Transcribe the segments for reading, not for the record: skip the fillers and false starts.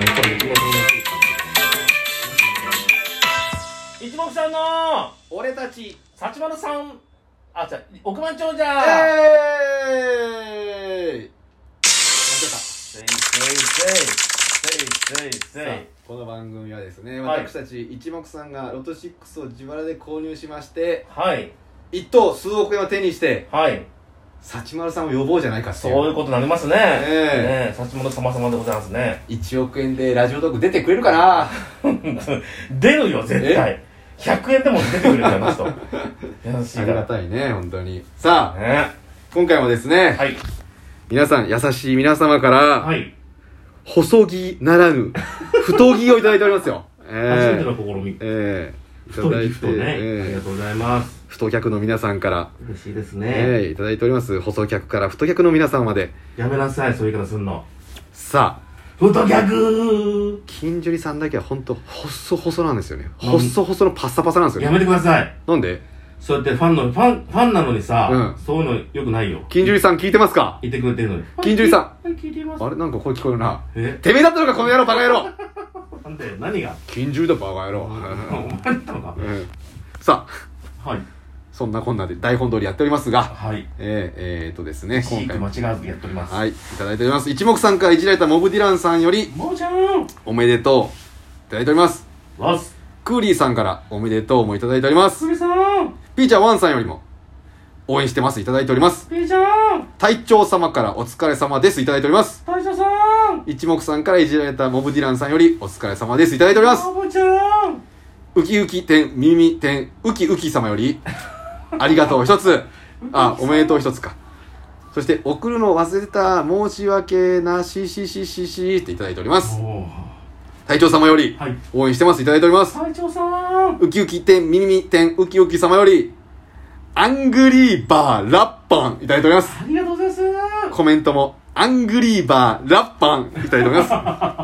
一目さんの俺たち幸丸さん、あ、じゃ億万長者。 間違えた。この番組はですね、私たち一目さんがロト6を自腹で購入しまして、 はい、 一等数億円を手にして、 はい、 幸丸さんを呼ぼうじゃないかっていう。 そういうことになりますね。幸丸様々でございますね。 1億円でラジオトーク出てくれるかな出るよ、絶対。100円でも出てくれるじゃん、あの人。 ありがたいね、本当に。さあ、 ね、 今回もですね、はい、皆さん、優しい皆様から、はい、細木ならぬ、太着をいただいておりますよ。 初めての試み。 いただいて、 ありがとうございます。 太客の皆さんから、 嬉しいですね。 いただいております。細客から太客の皆さんまで。 やめなさい、そういう言い方すんの。 さあ、 太客金樹里さんだけはほんと細なんですよね。細のパッサパサなんですよね。 やめてください。 なんで？ そうやってファンなのにさ、そういうのよくないよ。 金樹里さん聞いてますか？ 言ってくれてるのに。 金樹里さん。 聞いてます。 あれなんか声聞こえるな。てめえだったのか、この野郎、バカ野郎。 なんで、何が？ 金樹里だ、バカ野郎。 お前だったのか。 さあ。 はい。 そんなこんなで台本通りやっておりますが、 はい。 ですね、 今回間違わずやっております。 はい、いただいております。一目さんからいじられたモブディランさんより、 モブちゃんおめでとう、いただいております。クーリーさんからおめでとうもいただいております。 クーリーさん。 ピーチャーワンさんよりも、応援してます、いただいております。 ピーチャー。 隊長様からお疲れ様です、いただいております。 隊長さん。 一目さんからいじられたモブディランさんより、お疲れ様です、いただいております。 モブちゃん。 ウキウキ点、耳点、ウキウキ様より、ありがとう一つ。おめでとう一つか。そして、送るの忘れた、申し訳なしっていただいております。隊長様より、応援してます、いただいております。 隊長さん。 ウキウキ点、ミニミ点、ウキウキ様より、アングリーバーラッパン、いただいております。 ありがとうございます。 コメントも、アングリーバーラッパン、いただいております。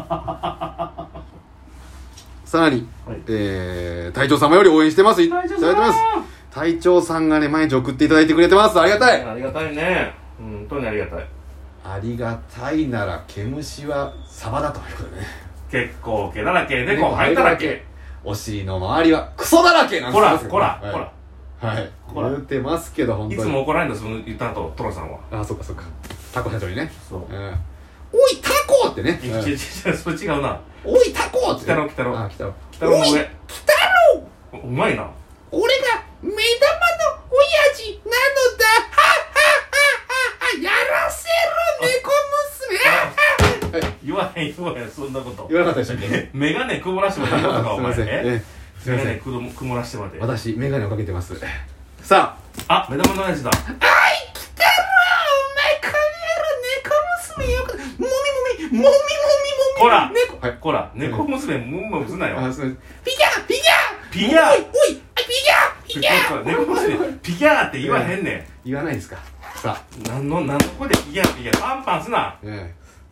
さらに、隊長様より応援してます、いただいております。隊長さんがね、毎日送っていただいてくれてます。ありがたい。 ありがたいね。本当にありがたい。 ありがたいなら、毛虫はサバだということでね。 結構毛だらけ、猫生えだらけ。 お尻の周りはクソだらけなんですよ。 こら。 はい。言うてますけど、本当に。 いつも怒られるんだ、その言った後、トラさんは。 あ、そっか。タコ社長にね。 そう。 おい、タコってね。 それ違うな。 おい、タコって。 北郎。 北郎の上。 北郎うまいな。 俺が目玉の親父なのだ。やらせる猫娘。 言わへん、そんなこと。 言わなかったでしたっけ？ メガネ曇らしてまで言うのか、お前。 すいません。 メガネ曇らしてまで。 私、メガネをかけてます。さあ、目玉の親父だ。 来たろ、お前、この野郎、猫娘よ。もみ。 こら、こら、猫娘、もすなよ。 すいません。ピギャーおい、ピギャー猫娘、ピギャーって言わへんねん。 言わないですか。さあ。 何の声でピギャー、パンパンすな。 おい。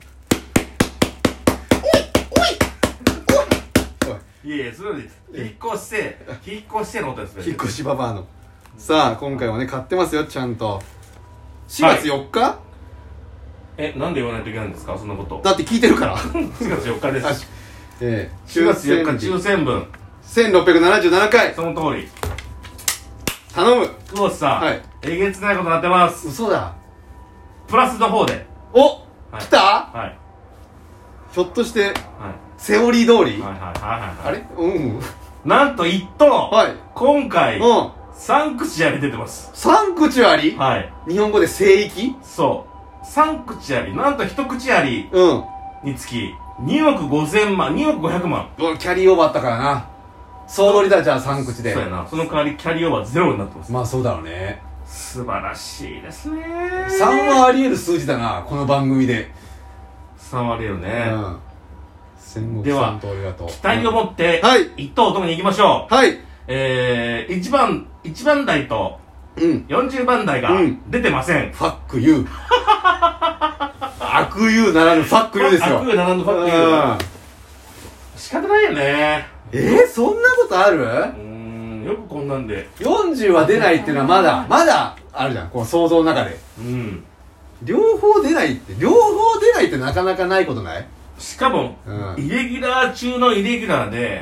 いや、それで、引っ越しての音ですね。 引っ越しババアの。さあ、今回はね、買ってますよ、ちゃんと。4月4日？ なんで言わないといけないんですか、そんなこと。 だって聞いてるから。 4月4日です。 4 月4日抽選分。 1677回。 その通り。 頼む。 久保田さん。えげつないことになってます。 嘘だ。 プラスの方で。 お、来た？ はい。 ひょっとして、セオリー通り？あれ？ なんと1等。今回、サンクチュアリ出てます。 サンクチュアリ？ はい。 日本語で聖域？ そう。サンクチュアリ、なんと一口ありにつき、2億5000万、2億500万。 キャリーオーバーあったからな。総取りだ、じゃあ3口で。 そうやな。その代わりキャリーオーバーゼロになってます。 まあそうだろうね。 素晴らしいですね。 3はあり得る数字だな、この番組で。 3はあり得るね。 では、 期待を持って、1等をともに行きましょう。 はい。 1番台と、40番台が出てません。 ファックユー。悪ユーならぬファックユーですよ。 悪ユーならぬファックユー。仕方ないよね。 そんなことある？ よくこんなんで。 40は出ないっていうのはまだあるじゃん、こう想像の中で。両方出ないってなかなかないことない？ しかも、イレギュラー中のイレギュラーで、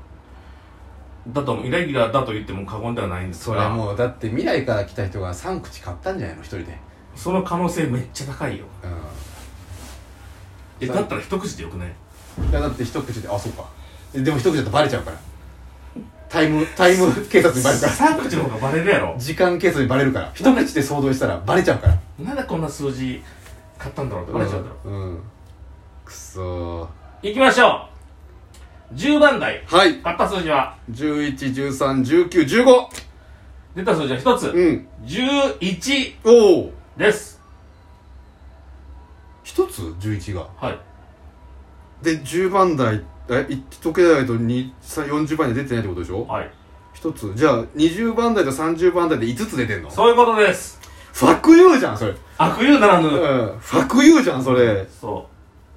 イレギュラーだと言っても過言ではないんですが、 それもうだって未来から来た人が3口買ったんじゃないの、一人で。 その可能性めっちゃ高いよ。だったら一口でよくね。 いやだって一口で、あ、そうか。でも一口だとバレちゃうから。タイム警察にバレるから。 3口の方がバレるやろ。 時間警察にバレるから。一口で総動したらバレちゃうから。 なんでこんな数字買ったんだろうってバレちゃうだろ。 くそー。いきましょう。10番台。 はい。 買った数字は 11、13、19、15。 出た数字は1つ。11。 おお。 です。 1つ ?11 が。 はい。 で、10番台、1時計台と40番台出てないってことでしょ。 はい。 1つ。じゃあ、20番台と30番台で5つ出てんの。 そういうことです。 ファクユーじゃん、それ。 悪友ならぬ。 ファクユーじゃん、それ。 そう。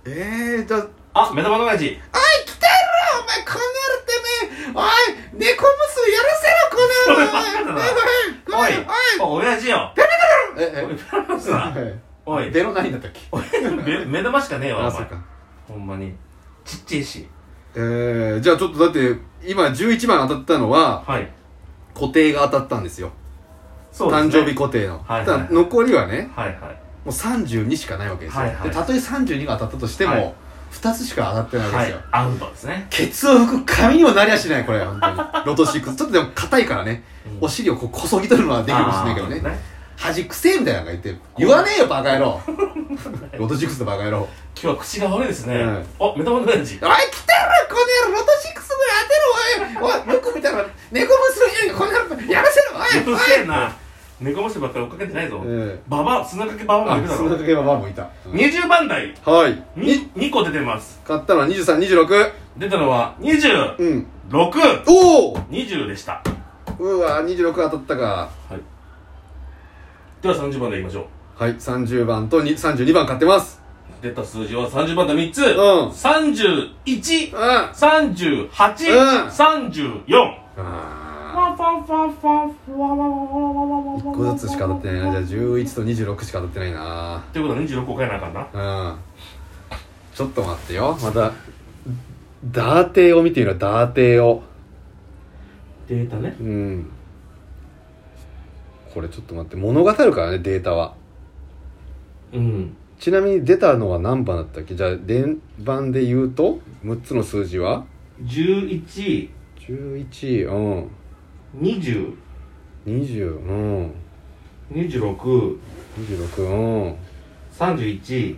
じゃあ、目玉の親父。 おい、来てるお前、この野郎てめえ。おい、猫娘やらせろ、この野郎。 おい、親父よ。 ペラペラすな。おい、 ベロ何だったっけ。 目玉しかねえわ、お前。 そうか。 ほんまに。ちっちゃいし。 じゃあちょっとだって、今11番当たったのは、固定が当たったんですよ。そうですね。誕生日固定の。残りはね、もう32しかないわけですよ。で、たとえ32が当たったとしても、2つしか当たってないわけですよ。 アウトですね。 ケツを拭く紙にもなりゃしない、これ、本当に。ロト6。ちょっとでも硬いからね、お尻をこそぎ取るのはできるかもしれないけどね。恥くせえみたいなのが言ってる。言わねえよ、バカ野郎。ロト6のバカ野郎。 今日は口が悪いですね。目玉の親父。おい、来てるこの野郎、ロト6ぐらい当てる、おい。おい、僕みたいな猫娘にこんなのやらせろ、おい。うるせえな。猫娘ばっかり追っかけてないぞ。砂かけババアもいるだろ。 砂かけババアもいた。 20番台。 はい。 2個出てます。 買ったのは23、26。 出たのは26。 おお !20 でした。 うわ、26当たったか。はい。 では30番でいきましょう。はい、30番と32番買ってます。 出た数字は30番と3つ。31、38、34。 1個ずつしか当たってないな。じゃあ11と26しか当たってないな。 っていうことは26個買えなあかんな。 ちょっと待ってよ。またダーテーを見てみろ。ダーテーを。 データね。 これちょっと待って、物語るからね、データは。ちなみに出たのは何番だったっけ。じゃあ連番で言うと6つの数字は 11、 20、 20、 26、 31、 31、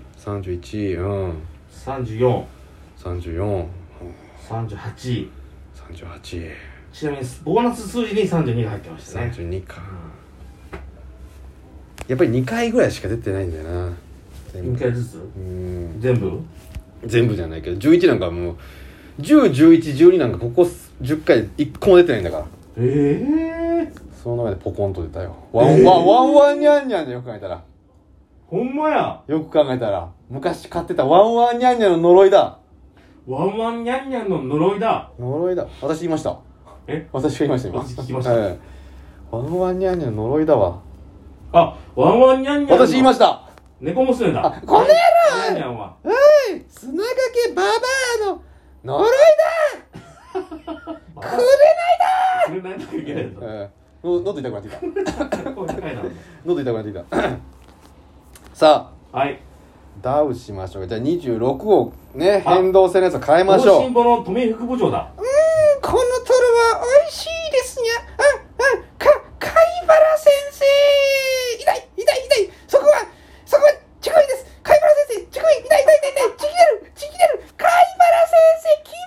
34、38。ちなみにボーナス数字に32が入ってましたね。 32か。やっぱり2回ぐらいしか出てないんだよな。 2回ずつ。全部じゃないけど、11なんかもう10、11、12なんかここ10回1個も出てないんだから。その中でポコンと出たよ。ワンワンニャンニャンでよく考えたら。 ほんまや。 よく考えたら昔買ってたワンワンニャンニャンの呪いだ。 ワンワンニャンニャンの呪いだ。 私言いました。私が言いました今。 私聞きました。 ワンワンニャンニャンの呪いだわ。 あ、ワンワンニャンニャン。 私言いました。 猫娘だ。 この野郎。 ニャンニャンは。 砂かけババアの呪いだ。 くれないといけないぞ。 喉痛くなってきた。喉痛くなってきた。さあ。はい。ダウしましょう。じゃあ26をね、変動性のやつを変えましょう。 東進坊の富井副部長だ。 このトロは美味しいですにゃ。貝原先生。痛い。そこはちくいです。貝原先生、ちくい。痛い。ちぎれる。貝原先生、気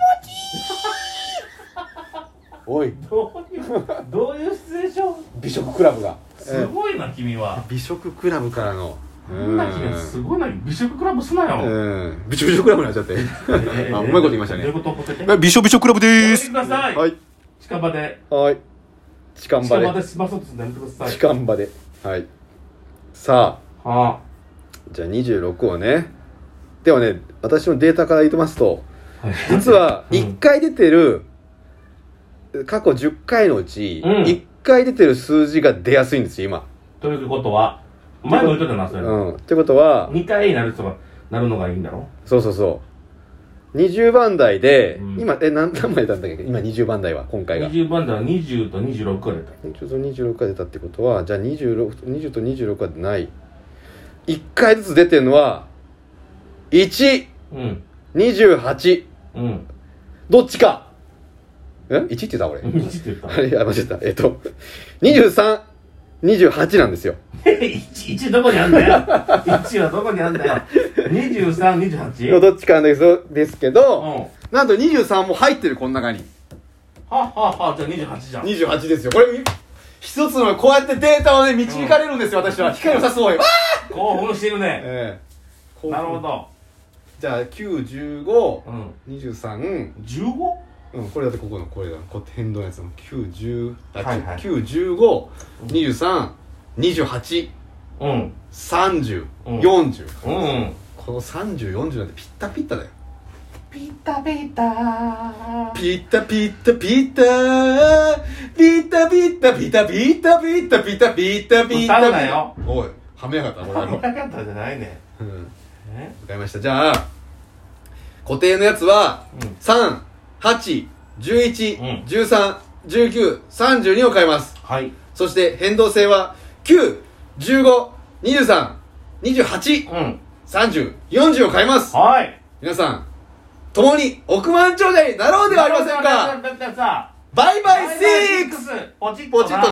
持ちいい。おい。 どういうシチュエーション？ 美食クラブが。 すごいな、君は。 美食クラブからの。 すごいな、美食クラブすなよ。 美食クラブになっちゃって。うまいこと言いましたね。 どういうこと？ 美食クラブでーす。 ください。はい。近場で。 はい。近場で済まそうとするのやめてください。 近場で。はい。さあ。じゃあ26をね。ではね、私のデータから言いますと、実は1回出てる、過去10回のうち、1回出てる数字が出やすいんですよ、今。 ということは、前も言っとったな、それ。 ってことは、 2回になるのがいいんだろ？ そう。 20番台で、 うん、 今何枚出たんだっけ今20番台は今回が 20番台は20と26が出た。 20と26が出たってことはじゃあ20と26が出ない1回ずつ出てるのは1、 うん、 28、 うん、 どっちか1って言った俺 1って言ったあれ間違えた23、28なんですよ 1どこにあんだよ1はどこにあんだよ23、28? どっちかなんですけど、うん、なんと23も入ってるこの中にはっはっはじゃあ28じゃん 28ですよこれ一つのこうやってデータをね導かれるんですよ、私は光を差す方へわー興奮してるね、なるほどじゃあ9、15、 うん、 23、 15? うん、これだってここのこれだ変動のやつの9、10、 はいはい、 9、15、23、28、 うん、 30、 うん、 40、 うん、 この30、40なんてピッタピッタだよピッタピッタピッタピッタピッタピッタピッタピッタピッタピッタピッタピッタピッタ歌うなよおいはめやがったはめやがったじゃないねわかりましたじゃあ固定のやつは、3、8、11、13、19、32を変えます。 はい。 そして変動性は9、15、23、28、30、40を変えます。 はい。 皆さん、共に億万長者になろうではありませんか。バイバイシックスポチッと